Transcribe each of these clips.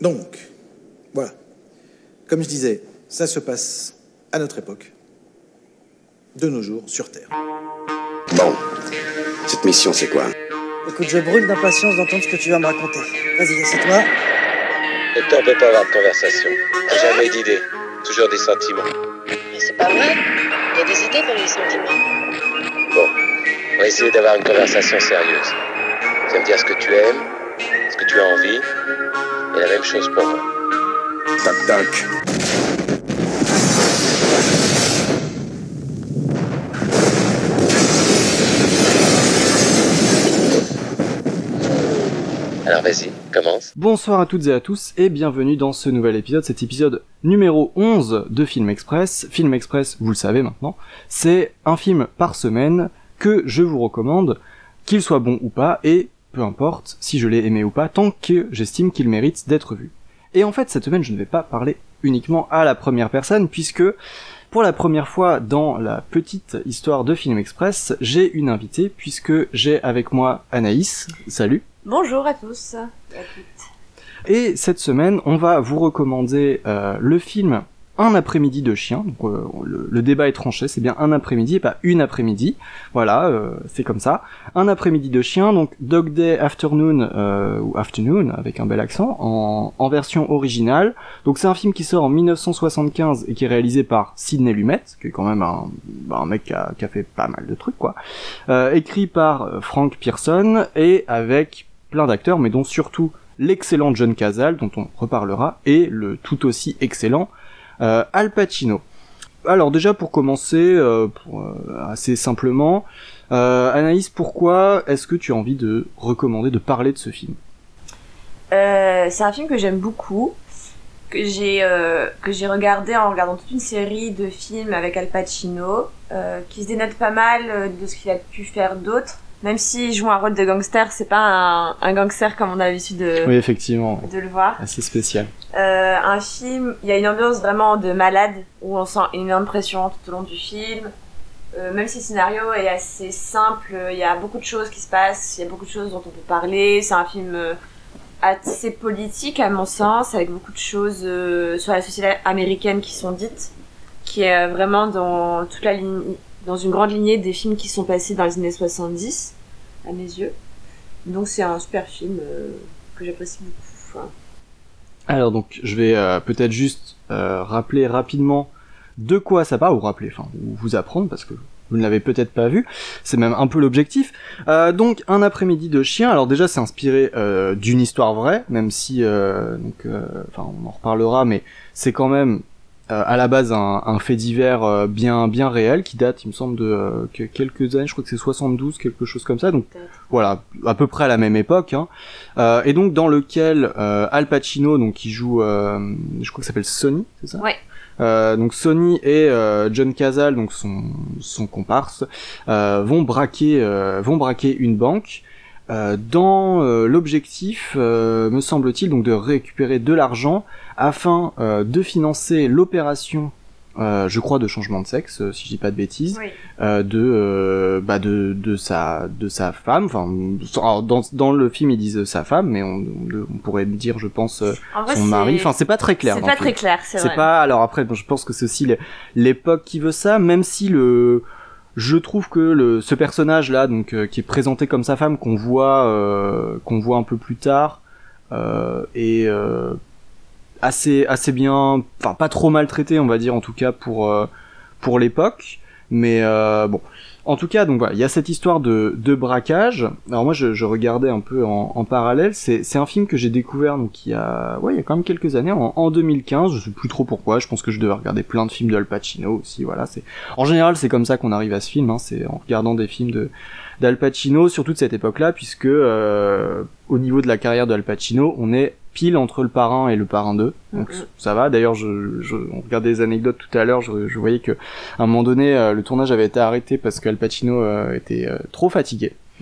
Donc, voilà. Comme je disais, ça se passe à notre époque, de nos jours, sur Terre. Bon, cette mission, c'est quoi? Écoute, je brûle d'impatience d'entendre ce que tu vas me raconter. Vas-y, assieds-toi. Le temps peut pas avoir de conversation. Jamais d'idées, toujours des sentiments. Mais c'est pas vrai. Il y a des idées dans les sentiments. Bon, on va essayer d'avoir une conversation sérieuse. Tu vas me dire ce que tu aimes, ce que tu as envie, et la même chose pour moi. Toc toc. Alors vas-y, commence. Bonsoir à toutes et à tous et bienvenue dans ce nouvel épisode, cet épisode numéro 11 de Film Express. Film Express, vous le savez maintenant, c'est un film par semaine que je vous recommande, qu'il soit bon ou pas, et peu importe si je l'ai aimé ou pas, tant que j'estime qu'il mérite d'être vu. Et en fait, cette semaine, je ne vais pas parler uniquement à la première personne, puisque pour la première fois dans la petite histoire de Film Express, j'ai une invitée, puisque j'ai avec moi Anaïs. Salut. Bonjour à tous et à toutes. Et cette semaine, on va vous recommander le film Un après-midi de chien. Donc, le débat est tranché, c'est bien un après-midi et pas une après-midi. Voilà, c'est comme ça. Un après-midi de chien, donc Dog Day Afternoon, ou Afternoon, avec un bel accent, en version originale. Donc c'est un film qui sort en 1975 et qui est réalisé par Sidney Lumet, qui est quand même un mec qui a fait pas mal de trucs, quoi. Écrit par Frank Pearson et avec plein d'acteurs, mais dont surtout l'excellent John Cazale, dont on reparlera, et le tout aussi excellent Al Pacino. Alors déjà pour commencer, assez simplement, Anaïs, pourquoi est-ce que tu as envie de recommander, de parler de ce film ? C'est un film que j'aime beaucoup, que j'ai regardé en regardant toute une série de films avec Al Pacino, qui se dénote pas mal de ce qu'il a pu faire d'autre. Même s'il joue un rôle de gangster, c'est pas un gangster comme on a l'habitude oui, effectivement, de le voir. Assez spécial. Un film, il y a une ambiance vraiment de malade, où on sent une énorme pression tout au long du film. Même si le scénario est assez simple, il y a beaucoup de choses qui se passent, il y a beaucoup de choses dont on peut parler. C'est un film assez politique à mon sens, avec beaucoup de choses sur la société américaine qui sont dites, qui est vraiment dans toute la ligne, dans une grande lignée des films qui sont passés dans les années 70, à mes yeux. Donc c'est un super film que j'apprécie beaucoup. Enfin. Alors donc, je vais peut-être juste rappeler rapidement de quoi ça parle, ou vous apprendre, parce que vous ne l'avez peut-être pas vu, c'est même un peu l'objectif. Donc, Un après-midi de chien, alors déjà c'est inspiré d'une histoire vraie, même si, on en reparlera, mais c'est quand même à la base un fait divers bien réel qui date, il me semble, de quelques années, je crois que c'est 72, quelque chose comme ça, donc voilà, à peu près à la même époque, hein. Et donc dans lequel Al Pacino, donc qui joue, je crois que ça s'appelle Sonny, c'est ça ? Ouais. Donc Sonny et John Cazale, donc son comparse, vont braquer une banque. Dans l'objectif, me semble-t-il, donc de récupérer de l'argent afin de financer l'opération, je crois, de changement de sexe, si je dis pas de bêtises, Oui. de sa femme. Enfin, dans le film ils disent sa femme, mais on pourrait dire, je pense, En vrai, son mari. Enfin, c'est pas très clair. C'est dans pas le très film. clair, c'est vrai. C'est pas. Alors après, bon, je pense que c'est aussi l'époque qui veut ça, même si je trouve que ce personnage là, donc qui est présenté comme sa femme, qu'on voit un peu plus tard, est assez bien, enfin pas trop maltraité, on va dire, en tout cas pour l'époque. Mais bon, en tout cas, donc voilà, il y a cette histoire de braquage. Alors moi, je regardais un peu en parallèle. C'est un film que j'ai découvert donc il y a quand même quelques années, en 2015. Je sais plus trop pourquoi. Je pense que je devais regarder plein de films de Al Pacino aussi. Voilà, en général c'est comme ça qu'on arrive à ce film. Hein, c'est en regardant des films d'Al Pacino, surtout de cette époque-là, puisque au niveau de la carrière de Al Pacino, on est pile entre Le Parrain et Le Parrain 2, donc ça va. D'ailleurs, on regardait des anecdotes tout à l'heure, je voyais que à un moment donné, le tournage avait été arrêté parce qu'Al Pacino était trop fatigué.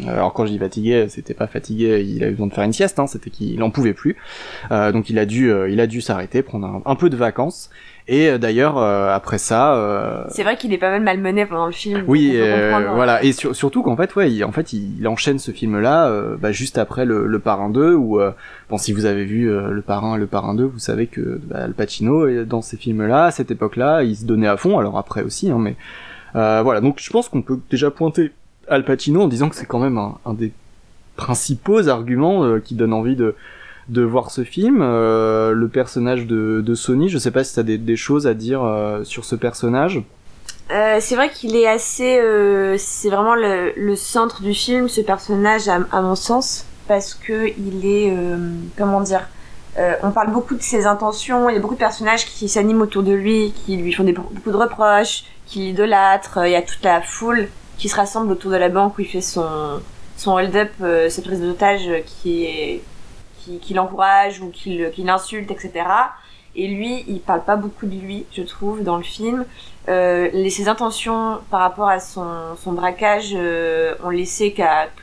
Alors quand je dis fatigué, c'était pas fatigué, il avait besoin de faire une sieste, hein, c'était qu'il en pouvait plus. Donc il a dû s'arrêter, prendre un peu de vacances. Et d'ailleurs après ça, c'est vrai qu'il est pas mal malmené pendant le film. Oui, voilà. Et surtout qu'en fait, il enchaîne ce film-là juste après le Parrain 2, où bon, si vous avez vu le Parrain 2, vous savez que Al Pacino dans ces films-là, à cette époque-là, il se donnait à fond. Alors après aussi, hein, mais voilà. Donc je pense qu'on peut déjà pointer Al Pacino en disant que c'est quand même un des principaux arguments qui donne envie de voir ce film. Le personnage de Sonny, je sais pas si t'as des choses à dire sur ce personnage. C'est vrai qu'il est assez c'est vraiment le centre du film, ce personnage, à mon sens, parce que il est comment dire, on parle beaucoup de ses intentions, il y a beaucoup de personnages qui s'animent autour de lui, qui lui font beaucoup de reproches, qui l'idolâtrent, il y a toute la foule qui se rassemble autour de la banque où il fait son hold-up, cette prise d'otage qui l'encourage ou qui l'insulte, etc. Et lui, il parle pas beaucoup de lui, je trouve, dans le film. Ses intentions par rapport à son braquage, on les sait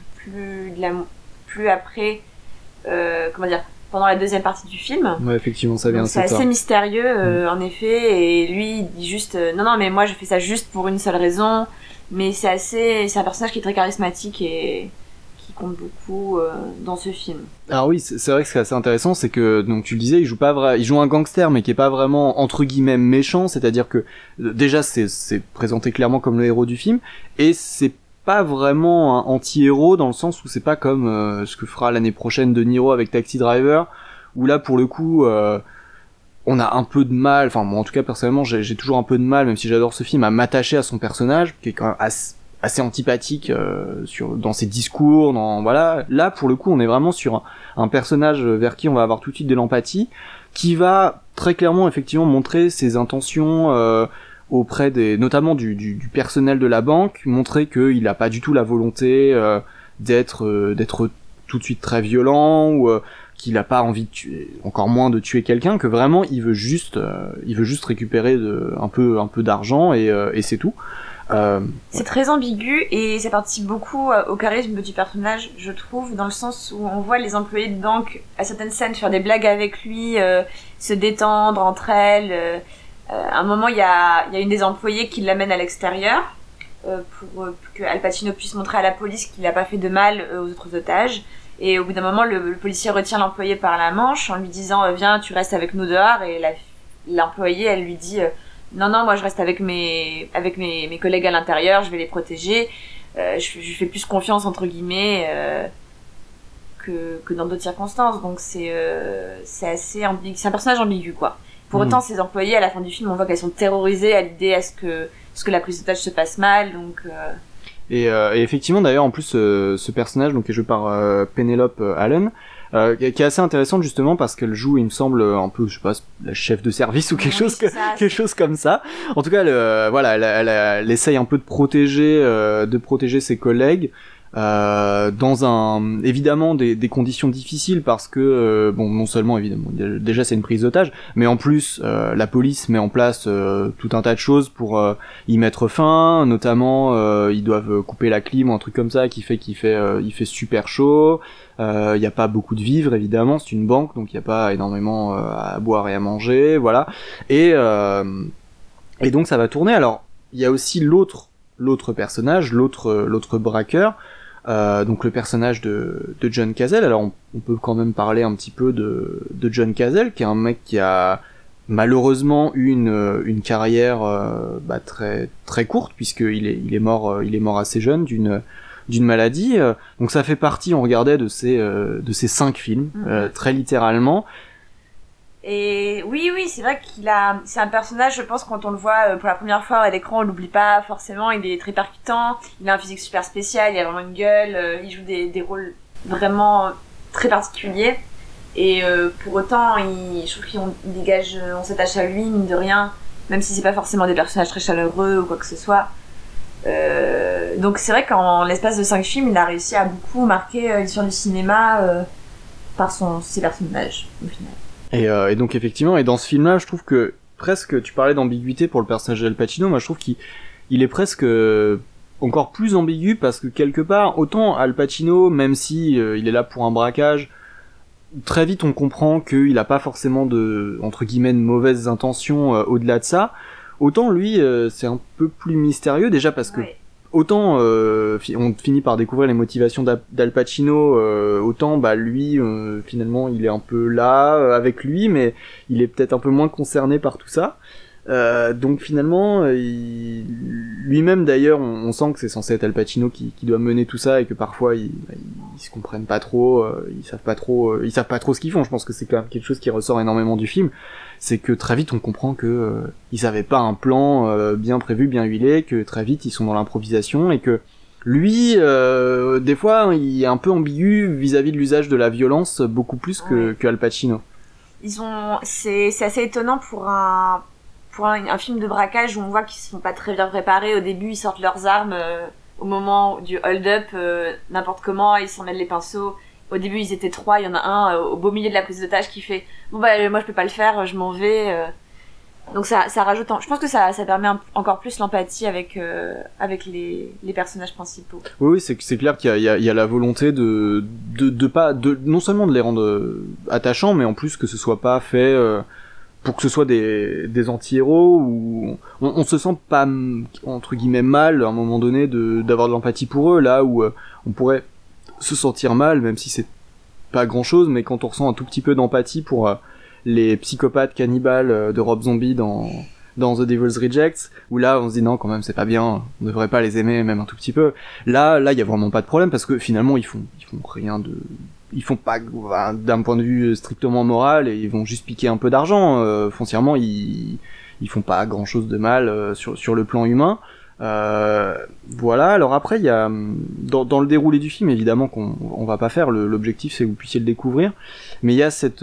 plus après, comment dire, pendant la deuxième partie du film. Ouais, effectivement, ça vient c'est assez mystérieux, en effet. Et lui, il dit juste, non, mais moi, je fais ça juste pour une seule raison. Mais c'est un personnage qui est très charismatique et qui compte beaucoup dans ce film. Alors oui, c'est vrai que c'est assez intéressant, c'est que, donc tu le disais, il joue un gangster, mais qui est pas vraiment, entre guillemets, méchant, c'est-à-dire que, déjà, c'est présenté clairement comme le héros du film, et c'est pas vraiment un anti-héros, dans le sens où c'est pas comme ce que fera l'année prochaine De Niro avec Taxi Driver, où là, pour le coup, on a un peu de mal, enfin moi en tout cas personnellement j'ai toujours un peu de mal, même si j'adore ce film, à m'attacher à son personnage, qui est quand même assez antipathique dans ses discours, voilà. Là pour le coup on est vraiment sur un personnage vers qui on va avoir tout de suite de l'empathie, qui va très clairement effectivement montrer ses intentions auprès notamment du personnel de la banque, montrer qu'il a pas du tout la volonté d'être tout de suite très violent, ou qu'il a pas envie de tuer, encore moins de tuer quelqu'un, que vraiment il veut juste récupérer un peu d'argent et c'est tout. C'est très ambigu et ça participe beaucoup au charisme du personnage, je trouve, dans le sens où on voit les employés de banque à certaines scènes faire des blagues avec lui, se détendre entre elles. À un moment, il y a une des employées qui l'amène à l'extérieur pour que Al Pacino puisse montrer à la police qu'il n'a pas fait de mal aux autres otages. Et au bout d'un moment, le policier retient l'employé par la manche en lui disant viens, tu restes avec nous dehors. Et l'employée, elle lui dit non, moi je reste avec mes collègues à l'intérieur, je vais les protéger. Je fais plus confiance entre guillemets que dans d'autres circonstances. Donc c'est assez ambigu, c'est un personnage ambigu quoi. Pour autant, ces employés à la fin du film, on voit qu'elles sont terrorisées à l'idée à ce que la prise d'otage se passe mal. Donc Et effectivement, d'ailleurs, en plus, ce personnage, donc, qui est joué par Penelope Allen, qui est assez intéressante justement parce qu'elle joue, il me semble, un peu, je sais pas, la chef de service ou quelque chose comme ça. En tout cas, elle essaye un peu de protéger ses collègues. Dans évidemment des conditions difficiles parce que bon, non seulement évidemment déjà c'est une prise d'otage, mais en plus la police met en place tout un tas de choses pour y mettre fin, notamment ils doivent couper la clim ou un truc comme ça il fait super chaud, il y a pas beaucoup de vivres évidemment, c'est une banque donc il y a pas énormément à boire et à manger, voilà, et donc ça va tourner. Alors il y a aussi l'autre personnage, l'autre braqueur, donc le personnage de John Cazale. Alors on peut quand même parler un petit peu de John Cazale, qui est un mec qui a malheureusement eu une carrière très très courte, puisqu'il est mort assez jeune d'une maladie. Donc ça fait partie, on regardait, de ces 5 films, très littéralement. Et oui, c'est vrai c'est un personnage, je pense, quand on le voit pour la première fois à l'écran, on l'oublie pas forcément, il est très percutant, il a un physique super spécial, il a vraiment une gueule, il joue des rôles vraiment très particuliers, et pour autant, je trouve qu'on dégage, on s'attache à lui, mine de rien, même si c'est pas forcément des personnages très chaleureux ou quoi que ce soit. Donc c'est vrai qu'en l'espace de 5 films, il a réussi à beaucoup marquer l'histoire du cinéma par ses personnages, au final. Et donc effectivement, et dans ce film-là, je trouve que presque, tu parlais d'ambiguïté pour le personnage d'Al Pacino, moi je trouve qu'il est presque encore plus ambigu parce que quelque part, autant Al Pacino, même si il est là pour un braquage, très vite on comprend qu'il a pas forcément de, entre guillemets, de mauvaises intentions au-delà de ça. Autant lui, c'est un peu plus mystérieux déjà parce que autant on finit par découvrir les motivations d'Al Pacino, autant bah lui finalement il est un peu là avec lui, mais il est peut-être un peu moins concerné par tout ça. Donc finalement, lui-même d'ailleurs, on sent que c'est censé être Al Pacino qui doit mener tout ça et que parfois ils se comprennent pas trop, ils savent pas trop ce qu'ils font. Je pense que c'est quand même quelque chose qui ressort énormément du film, c'est que très vite on comprend que ils avaient pas un plan bien prévu, bien huilé, que très vite ils sont dans l'improvisation et que lui, des fois, il est un peu ambigu vis-à-vis de l'usage de la violence beaucoup plus que Al Pacino. C'est assez étonnant pour un film de braquage où on voit qu'ils sont pas très bien préparés. Au début, ils sortent leurs armes au moment du hold-up, n'importe comment, ils s'en mêlent les pinceaux. Au début, ils étaient 3, il y en a un au beau milieu de la prise d'otage qui fait « Bon bah moi je peux pas le faire, je m'en vais ». Donc ça rajoute... Je pense que ça permet encore plus l'empathie avec les personnages principaux. Oui, c'est clair qu'il y a la volonté de non seulement de les rendre attachants, mais en plus que ce soit pas fait... pour que ce soit des anti-héros où on se sent pas entre guillemets mal à un moment donné d'avoir de l'empathie pour eux, là où on pourrait se sentir mal même si c'est pas grand chose, mais quand on ressent un tout petit peu d'empathie pour les psychopathes cannibales de Rob Zombie dans The Devil's Rejects, où là on se dit non quand même c'est pas bien, on devrait pas les aimer même un tout petit peu. Là il y a vraiment pas de problème parce que finalement ils font rien de... Ils font pas, d'un point de vue strictement moral, et ils vont juste piquer un peu d'argent. Foncièrement, ils font pas grand chose de mal sur le plan humain. Voilà. Alors après, il y a dans le déroulé du film, évidemment qu'on va pas faire. L'objectif, c'est que vous puissiez le découvrir. Mais il y a cette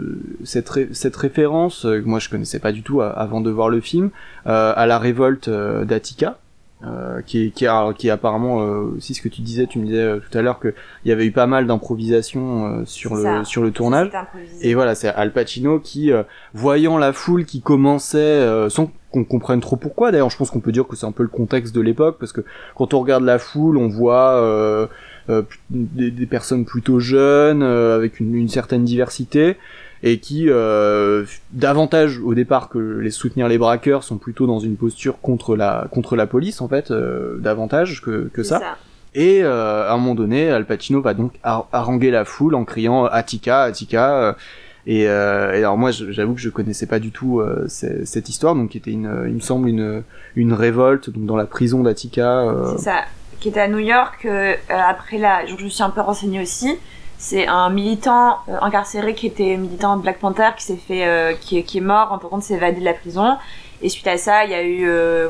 référence que moi je connaissais pas du tout avant de voir le film à la révolte d'Attica. Qui est apparemment aussi ce que tu me disais tout à l'heure, que il y avait eu pas mal d'improvisation sur le tournage. Et voilà, c'est Al Pacino qui, voyant la foule qui commençait, sans qu'on comprenne trop pourquoi, d'ailleurs je pense qu'on peut dire que c'est un peu le contexte de l'époque, parce que quand on regarde la foule, on voit des personnes plutôt jeunes, avec une certaine diversité, et qui, davantage au départ que les soutenir les braqueurs, sont plutôt dans une posture contre la police en fait, davantage que ça. Et à un moment donné, Al Pacino va donc haranguer la foule en criant Attica, Attica. Et alors moi, j'avoue que je connaissais pas du tout cette histoire, donc qui était il me semble une révolte donc dans la prison d'Attica. C'est ça, qui était à New York après je me suis un peu renseignée aussi. C'est un militant incarcéré qui était militant Black Panther qui s'est fait qui est mort en tentant de s'évader de la prison, et suite à ça il y a eu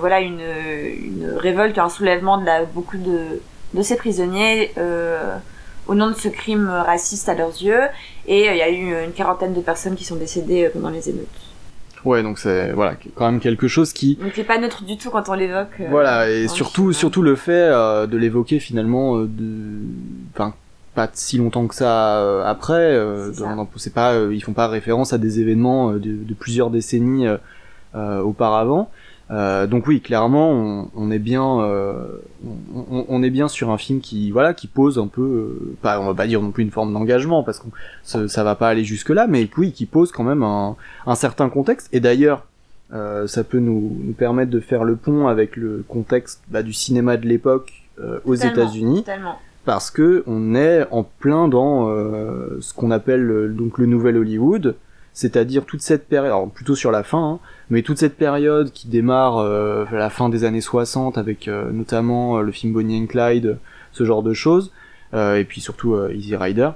une révolte, un soulèvement de beaucoup de ces prisonniers au nom de ce crime raciste à leurs yeux, et il y a eu une quarantaine de personnes qui sont décédées pendant les émeutes. Ouais, donc c'est quand même quelque chose qui... Donc c'est pas neutre du tout quand on l'évoque. Voilà, et surtout le fait de l'évoquer finalement pas si longtemps que ça après, c'est pas, ils font pas référence à des événements de plusieurs décennies auparavant. Donc oui, clairement, on est bien, on est bien sur un film qui pose un peu, on va pas dire non plus une forme d'engagement parce que ça va pas aller jusque là, mais oui, qui pose quand même un certain contexte. Et d'ailleurs, ça peut nous permettre de faire le pont avec le contexte du cinéma de l'époque aux États-Unis. Totalement. Parce que on est en plein dans ce qu'on appelle donc le nouvel Hollywood, c'est-à-dire toute cette période, alors plutôt sur la fin, mais toute cette période qui démarre à la fin des années 60 avec notamment le film Bonnie and Clyde, ce genre de choses, et puis surtout Easy Rider.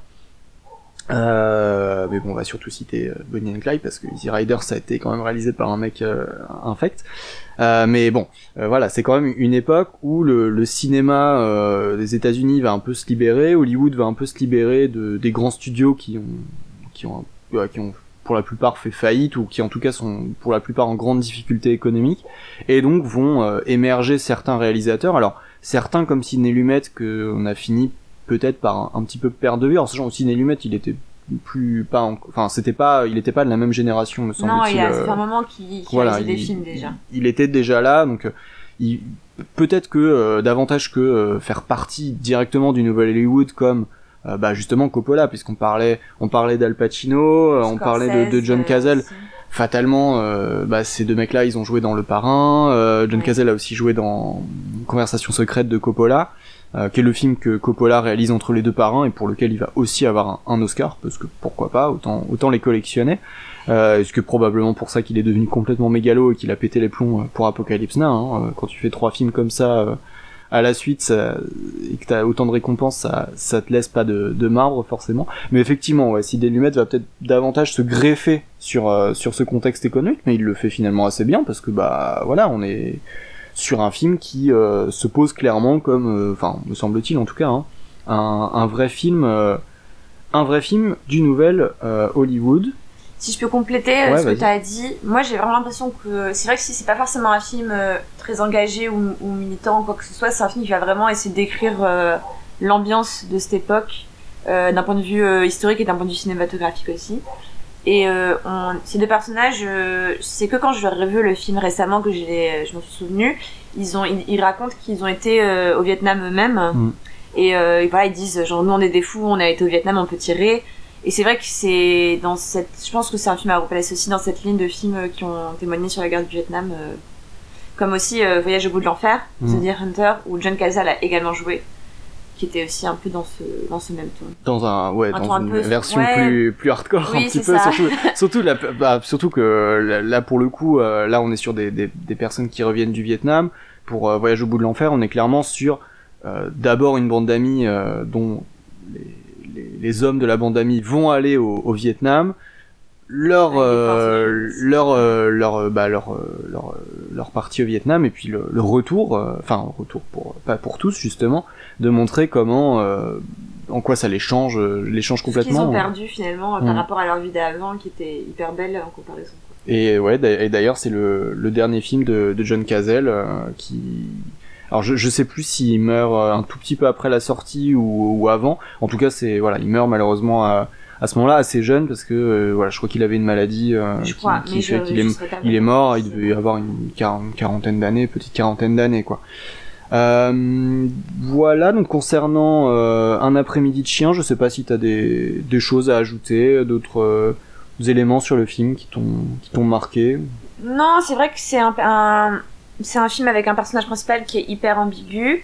Mais bon, on va surtout citer Bonnie and Clyde parce que Easy Rider ça a été quand même réalisé par un mec infect. Mais bon, voilà, c'est quand même une époque où le cinéma des États-Unis va un peu se libérer, Hollywood va un peu se libérer des grands studios qui ont pour la plupart fait faillite, ou qui en tout cas sont pour la plupart en grande difficulté économique, et donc vont émerger certains réalisateurs. Alors certains comme Sidney Lumet, que on a fini peut-être par un petit peu perdre de vue. Alors sachant que Sidney Lumet, il était il était pas de la même génération, me semble-t-il. Non, il y a un moment qui réalisait des films déjà. Il était déjà là, donc peut-être que davantage que faire partie directement du nouvel Hollywood comme justement Coppola, puisqu'on parlait d'Al Pacino, on parlait de John Cazale. Fatalement, ces deux mecs-là, ils ont joué dans Le Parrain. John Cazale a aussi joué dans Conversation secrète de Coppola, qui est le film que Coppola réalise entre les deux parrains et pour lequel il va aussi avoir un Oscar, parce que pourquoi pas, autant les collectionner. Est-ce que probablement pour ça qu'il est devenu complètement mégalo et qu'il a pété les plombs pour Apocalypse Now. Quand tu fais 3 films comme ça à la suite et que t'as autant de récompenses, ça te laisse pas de marbre forcément. Mais effectivement, ouais, Sidney Lumet va peut-être davantage se greffer sur ce contexte économique, mais il le fait finalement assez bien parce que on est sur un film qui se pose clairement comme, me semble-t-il en tout cas, un vrai film du nouvel Hollywood. Si je peux compléter ce que tu as dit, moi j'ai vraiment l'impression que c'est vrai que si c'est pas forcément un film très engagé ou militant ou quoi que ce soit, c'est un film qui va vraiment essayer de décrire l'ambiance de cette époque d'un point de vue historique et d'un point de vue cinématographique aussi. Et ces deux personnages, c'est que quand je leur ai revu le film récemment que je m'en suis souvenu, ils racontent qu'ils ont été au Vietnam eux-mêmes. Et voilà, ils disent genre nous on est des fous, on a été au Vietnam, on peut tirer. Et c'est vrai que c'est dans je pense que c'est un film à replacer aussi dans cette ligne de films qui ont témoigné sur la guerre du Vietnam, comme aussi Voyage au bout de l'enfer, The Deer Hunter, où John Cazale a également joué, qui était aussi un peu dans ce même ton. Dans une version plus hardcore, oui, un petit peu, surtout que là pour le coup, là on est sur des personnes qui reviennent du Vietnam. Pour Voyage au bout de l'enfer, on est clairement sur d'abord une bande d'amis dont les hommes de la bande d'amis vont aller au Vietnam, leur partie au Vietnam et puis le retour, pas pour tous justement, de montrer comment en quoi ça les change complètement. Ce qu'ils ont perdu finalement par rapport à leur vie d'avant qui était hyper belle en comparaison. Et d'ailleurs c'est le dernier film de John Cazale qui... Alors je sais plus s'il meurt un tout petit peu après la sortie ou avant. En tout cas il meurt malheureusement à ce moment-là assez jeune parce que je crois qu'il avait une maladie qui fait qu'il est mort. Il devait avoir une quarantaine d'années, petite quarantaine d'années quoi. Voilà, donc concernant Un après-midi de chien, je sais pas si t'as des choses à ajouter, d'autres éléments sur le film qui t'ont marqué. Non, c'est vrai que c'est un film avec un personnage principal qui est hyper ambigu.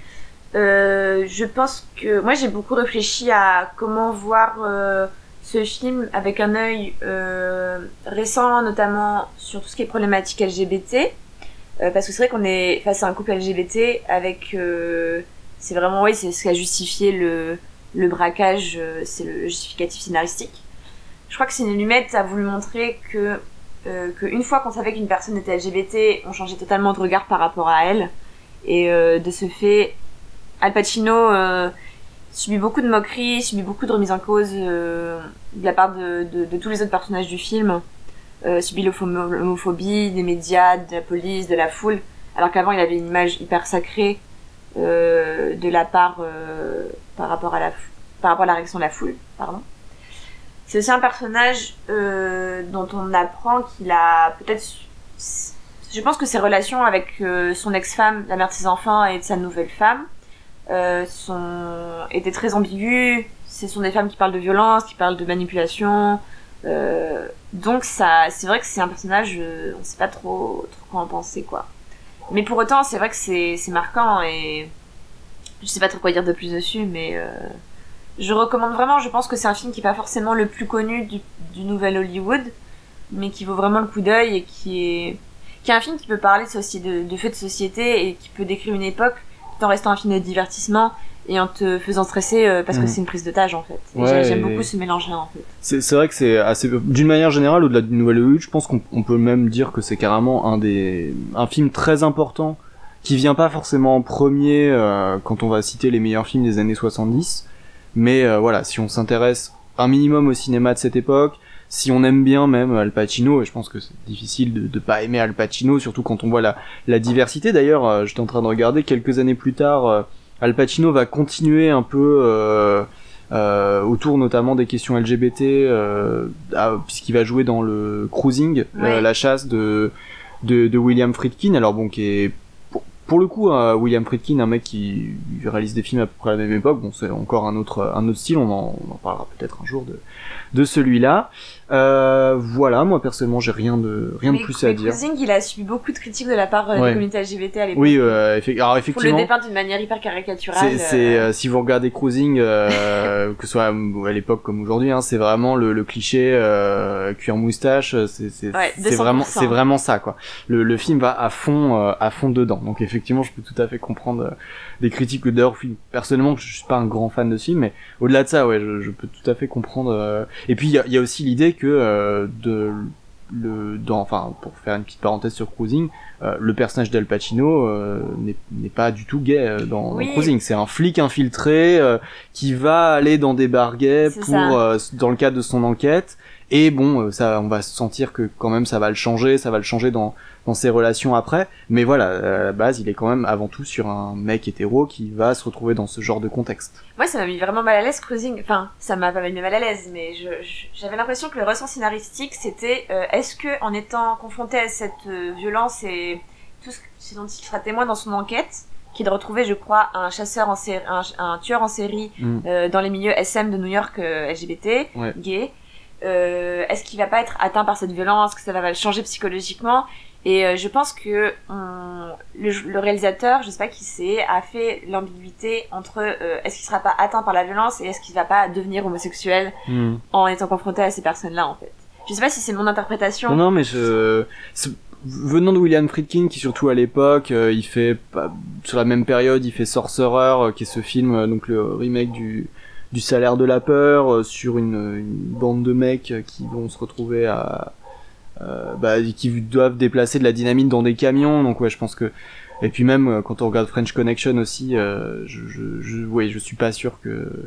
Je pense que moi j'ai beaucoup réfléchi à comment voir ce film avec un œil récent, notamment sur tout ce qui est problématique LGBT, parce que c'est vrai qu'on est face à un couple LGBT avec c'est vraiment c'est ce qui a justifié le braquage, c'est le justificatif scénaristique. Je crois que Sidney Lumet a voulu montrer qu'une fois qu'on savait qu'une personne était LGBT, on changeait totalement de regard par rapport à elle. Et de ce fait, Al Pacino subit beaucoup de moqueries, subit beaucoup de remises en cause de la part de tous les autres personnages du film. Subit l'homophobie des médias, de la police, de la foule, alors qu'avant il avait une image hyper sacrée de la part par rapport à la réaction de la foule, pardon. C'est aussi un personnage dont on apprend qu'il a peut-être... Je pense que ses relations avec son ex-femme, la mère de ses enfants et de sa nouvelle femme étaient très ambiguës. Ce sont des femmes qui parlent de violence, qui parlent de manipulation. Donc c'est vrai que c'est un personnage, on sait pas trop quoi en penser quoi. Mais pour autant c'est vrai que c'est marquant et je sais pas trop quoi dire de plus dessus, mais... Je recommande vraiment, je pense que c'est un film qui est pas forcément le plus connu du nouvel Hollywood, mais qui vaut vraiment le coup d'œil et qui est un film qui peut parler de faits de société et qui peut décrire une époque tout en restant un film de divertissement et en te faisant stresser parce que c'est une prise d'otage en fait. Et j'aime beaucoup ce mélange-là en fait. C'est vrai que c'est assez, d'une manière générale, au-delà du nouvel Hollywood, je pense qu'on peut même dire que c'est carrément un film très important qui vient pas forcément en premier quand on va citer les meilleurs films des années 70. Mais si on s'intéresse un minimum au cinéma de cette époque, si on aime bien même Al Pacino, et je pense que c'est difficile de pas aimer Al Pacino, surtout quand on voit la diversité. D'ailleurs, j'étais en train de regarder, quelques années plus tard, Al Pacino va continuer un peu autour notamment des questions LGBT, puisqu'il va jouer dans le Cruising, la chasse de William Friedkin, alors bon, qui est pour le coup, William Friedkin, un mec qui réalise des films à peu près à la même époque, bon, c'est encore un autre style, on en parlera peut-être un jour de celui-là. Voilà, moi personnellement, j'ai rien de plus à dire. Cruising, il a subi beaucoup de critiques de la part des communautés LGBT à l'époque. Oui, alors effectivement. Pour le dépeindre d'une manière hyper caricaturale. Si vous regardez Cruising, que ce soit à l'époque comme aujourd'hui, hein, c'est vraiment le cliché cuir moustache, c'est vraiment ça, quoi. Le film va à fond dedans. Donc effectivement, je peux tout à fait comprendre des critiques. D'ailleurs, personnellement, je suis pas un grand fan de ce film, mais au-delà de ça, ouais, je peux tout à fait comprendre. Et puis il y a aussi l'idée que pour faire une petite parenthèse sur Cruising, le personnage d'Al Pacino n'est pas du tout gay dans Cruising. C'est un flic infiltré qui va aller dans des bars gays dans le cadre de son enquête. Et bon, ça, on va sentir que quand même ça va le changer dans ses relations après. Mais voilà, à la base, il est quand même avant tout sur un mec hétéro qui va se retrouver dans ce genre de contexte. Moi, ça m'a mis vraiment mal à l'aise, Cruising. Enfin, ça m'a pas mis mal à l'aise, mais j'avais l'impression que le ressort scénaristique, c'était est-ce que en étant confronté à cette violence et tout ce dont il sera témoin dans son enquête, qui est de retrouver, je crois, un tueur en série dans les milieux SM de New York LGBT, gay. Est-ce qu'il va pas être atteint par cette violence, que ça va le changer psychologiquement? Et je pense que le réalisateur, je sais pas qui c'est, a fait l'ambiguïté entre est-ce qu'il sera pas atteint par la violence et est-ce qu'il va pas devenir homosexuel en étant confronté à ces personnes-là, en fait. Je sais pas si c'est mon interprétation. Non, mais venant de William Friedkin, qui surtout à l'époque, il fait sur la même période, il fait Sorcerer, qui est ce film, donc le remake du Salaire de la peur, sur une bande de mecs qui vont se retrouver qui doivent déplacer de la dynamite dans des camions. Donc ouais, je pense que, et puis même quand on regarde French Connection aussi, je suis pas sûr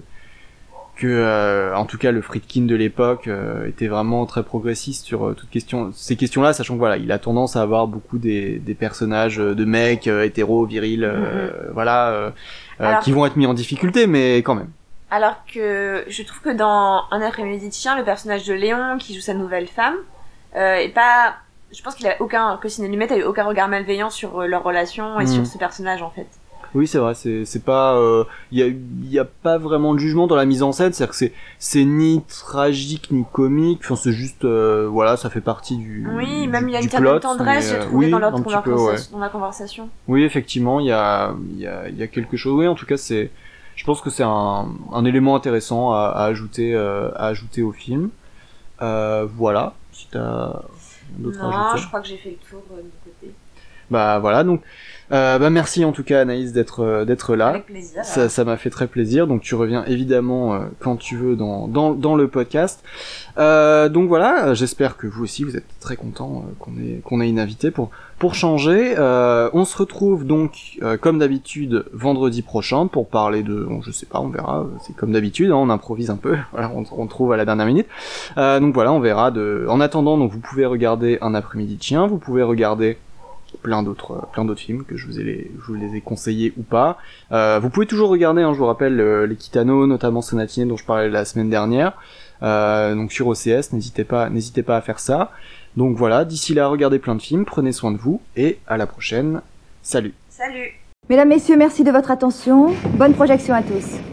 que en tout cas le Friedkin de l'époque était vraiment très progressiste sur ces questions-là, sachant que voilà, il a tendance à avoir beaucoup des personnages de mecs hétéros, virils, qui vont être mis en difficulté, mais quand même. Alors que je trouve que dans Un après-midi de chien, le personnage de Léon, qui joue sa nouvelle femme, je pense que Sidney Lumet a eu aucun regard malveillant sur leur relation et sur ce personnage, en fait. Oui, c'est vrai, c'est pas, y a pas vraiment de jugement dans la mise en scène, c'est-à-dire que c'est ni tragique ni comique, enfin c'est juste, ça fait partie du même il y a une certaine tendresse, j'ai trouvé dans la conversation. Oui, effectivement, il y a quelque chose, oui, en tout cas je pense que c'est un élément intéressant à ajouter au film. Voilà, si t'as d'autres à ajouter. Non, je crois que j'ai fait le tour de mon côté. Bah voilà, donc merci en tout cas Anaïs d'être là. Avec plaisir. Ça m'a fait très plaisir. Donc tu reviens évidemment quand tu veux dans le podcast. Donc voilà, j'espère que vous aussi vous êtes très contents qu'on ait une invitée pour changer. On se retrouve donc comme d'habitude vendredi prochain pour parler je sais pas, on verra, c'est comme d'habitude, hein, on improvise un peu, voilà, on trouve à la dernière minute. Donc voilà, on verra en attendant, donc vous pouvez regarder Un après-midi de chien, vous pouvez regarder plein d'autres films que je vous les ai conseillés ou pas. Vous pouvez toujours regarder, je vous rappelle, les Kitano, notamment Sonatine dont je parlais la semaine dernière, donc sur OCS, n'hésitez pas à faire ça. Donc voilà, d'ici là, regardez plein de films, prenez soin de vous, et à la prochaine. Salut. Salut. Mesdames, Messieurs, merci de votre attention. Bonne projection à tous.